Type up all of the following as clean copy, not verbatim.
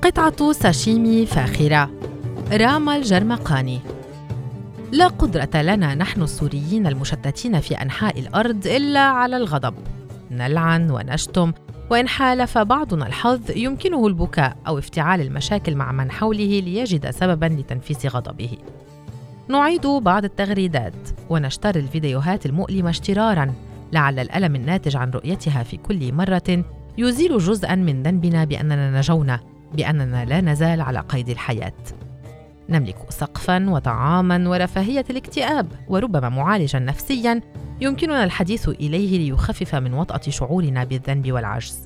قطعة ساشيمي فاخرة. راما الجرمقاني. لا قدرة لنا نحن السوريين المشتتين في أنحاء الأرض إلا على الغضب. نلعن ونشتم، وإن حالف بعضنا الحظ يمكنه البكاء أو افتعال المشاكل مع من حوله ليجد سبباً لتنفيس غضبه. نعيد بعض التغريدات ونشتري الفيديوهات المؤلمة اشتراراً، لعل الألم الناتج عن رؤيتها في كل مرة يزيل جزءاً من ذنبنا بأننا نجونا، بأننا لا نزال على قيد الحياة. نملك سقفاً وطعاماً ورفاهية الاكتئاب، وربما معالجاً نفسياً يمكننا الحديث إليه ليخفف من وطأة شعورنا بالذنب والعجز.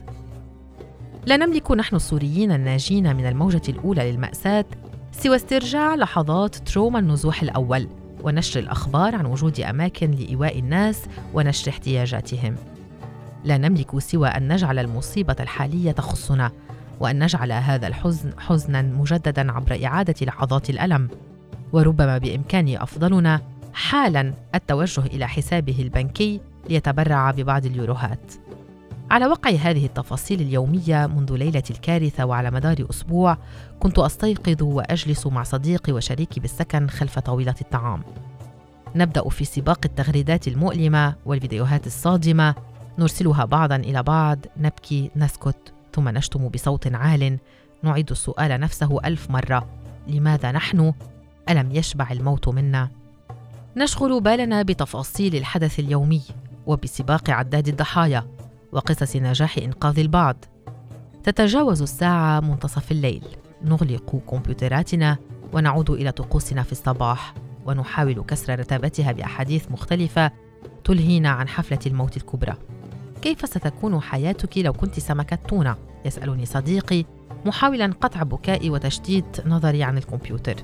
لا نملك نحن السوريين الناجين من الموجة الأولى للمأساة سوى استرجاع لحظات تروما النزوح الأول، ونشر الأخبار عن وجود أماكن لإيواء الناس ونشر احتياجاتهم. لا نملك سوى أن نجعل المصيبة الحالية تخصنا، وأن نجعل هذا الحزن حزناً مجدداً عبر إعادة لحظات الألم. وربما بإمكان أفضلنا حالاً التوجه إلى حسابه البنكي ليتبرع ببعض اليوروهات. على وقع هذه التفاصيل اليومية منذ ليلة الكارثة وعلى مدار أسبوع، كنت أستيقظ وأجلس مع صديقي وشريكي بالسكن خلف طاولة الطعام. نبدأ في سباق التغريدات المؤلمة والفيديوهات الصادمة، نرسلها بعضاً إلى بعض، نبكي، نسكت، ثم نشتم بصوت عال، نعيد السؤال نفسه 1000 مرة: لماذا نحن؟ ألم يشبع الموت منا؟ نشغل بالنا بتفاصيل الحدث اليومي وبسباق عداد الضحايا وقصص نجاح إنقاذ البعض. تتجاوز الساعة منتصف الليل، نغلق كمبيوتراتنا ونعود إلى طقوسنا في الصباح، ونحاول كسر رتابتها بأحاديث مختلفة تلهينا عن حفلة الموت الكبرى. كيف ستكون حياتك لو كنت سمكة تونة؟ يسألني صديقي، محاولاً قطع بكائي وتشتيت نظري عن الكمبيوتر.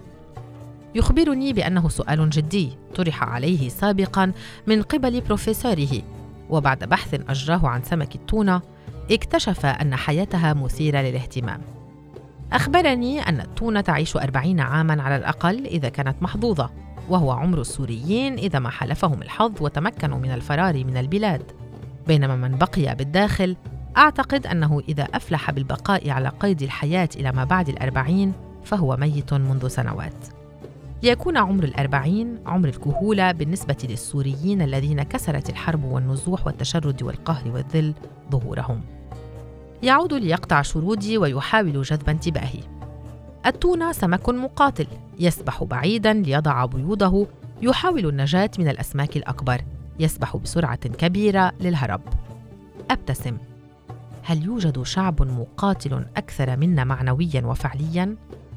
يخبرني بأنه سؤال جدي طرح عليه سابقاً من قبل بروفيسوره، وبعد بحث أجراه عن سمك التونة اكتشف أن حياتها مثيرة للاهتمام. أخبرني أن التونة تعيش 40 عاماً على الأقل إذا كانت محظوظة، وهو عمر السوريين إذا ما حالفهم الحظ وتمكنوا من الفرار من البلاد. بينما من بقي بالداخل أعتقد أنه إذا أفلح بالبقاء على قيد الحياة إلى ما بعد 40 فهو ميت منذ سنوات. ليكون عمر 40 عمر الكهولة بالنسبة للسوريين الذين كسرت الحرب والنزوح والتشرد والقهر والذل ظهورهم. يعود ليقطع شرودي ويحاول جذب انتباهي. التونة سمك مقاتل يسبح بعيداً ليضع بيوضه، يحاول النجاة من الأسماك الأكبر، يسبح بسرعة كبيرة للهرب. أبتسم. هل يوجد شعب مقاتل أكثر منا معنوياً وفعلياً؟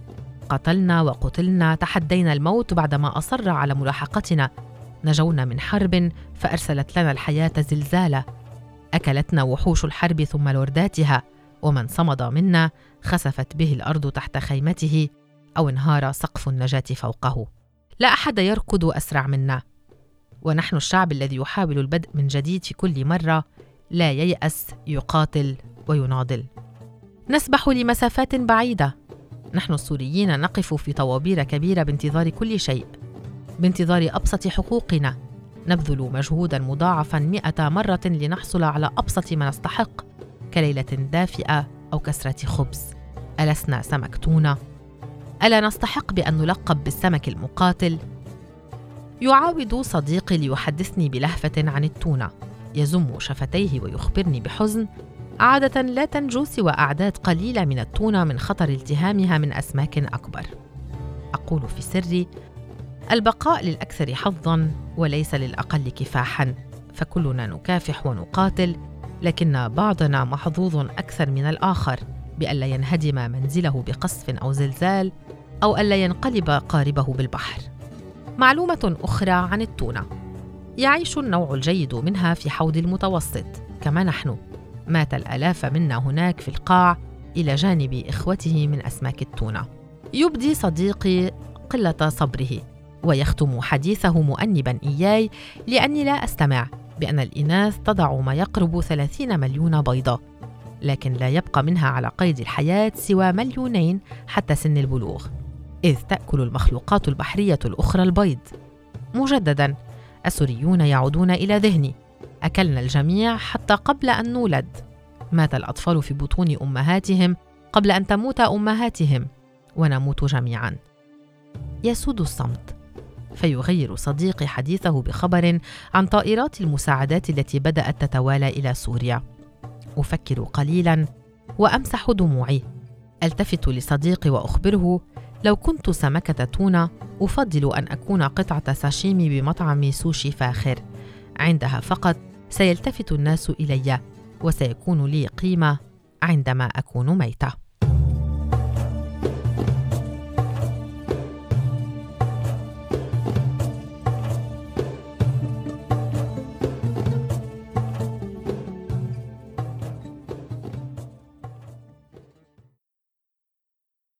قتلنا وقتلنا، تحدينا الموت بعدما أصر على ملاحقتنا، نجونا من حرب فأرسلت لنا الحياة زلزالة، أكلتنا وحوش الحرب ثم لورداتها، ومن صمد منا خسفت به الأرض تحت خيمته أو انهار سقف النجاة فوقه. لا أحد يركض أسرع منا، ونحن الشعب الذي يحاول البدء من جديد في كل مرة، لا ييأس، يقاتل ويناضل. نسبح لمسافات بعيدة. نحن السوريين نقف في طوابير كبيرة بانتظار كل شيء، بانتظار أبسط حقوقنا. نبذل مجهوداً مضاعفاً 100 مرة لنحصل على أبسط ما نستحق، كليلة دافئة أو كسرة خبز. ألسنا سمك تونة؟ ألا نستحق بأن نلقب بالسمك المقاتل؟ يعاود صديقي ليحدثني بلهفة عن التونة، يزم شفتيه ويخبرني بحزن: عادة لا تنجو سوى أعداد قليلة من التونة من خطر التهامها من أسماك أكبر. أقول في سري: البقاء للأكثر حظاً وليس للأقل كفاحاً، فكلنا نكافح ونقاتل، لكن بعضنا محظوظ أكثر من الآخر بألا ينهدم منزله بقصف أو زلزال، أو ألا ينقلب قاربه بالبحر. معلومة أخرى عن التونة: يعيش النوع الجيد منها في حوض المتوسط كما نحن. مات الآلاف منا هناك في القاع إلى جانب إخوته من أسماك التونة. يبدي صديقي قلة صبره ويختم حديثه مؤنباً إياي لأني لا أستمع بأن الإناث تضع ما يقرب 30 مليون بيضة، لكن لا يبقى منها على قيد الحياة سوى 2 مليون حتى سن البلوغ، إذ تأكل المخلوقات البحرية الأخرى البيض. مجدداً السوريون يعودون إلى ذهني: أكلنا الجميع حتى قبل أن نولد. مات الأطفال في بطون أمهاتهم قبل أن تموت أمهاتهم ونموت جميعاً. يسود الصمت، فيغير صديقي حديثه بخبر عن طائرات المساعدات التي بدأت تتوالى إلى سوريا. أفكر قليلاً وأمسح دموعي. ألتفت لصديقي وأخبره: لو كنت سمكة تونة أفضل أن أكون قطعة ساشيمي بمطعم سوشي فاخر. عندها فقط سيلتفت الناس إلي، وسيكون لي قيمة عندما أكون ميتة.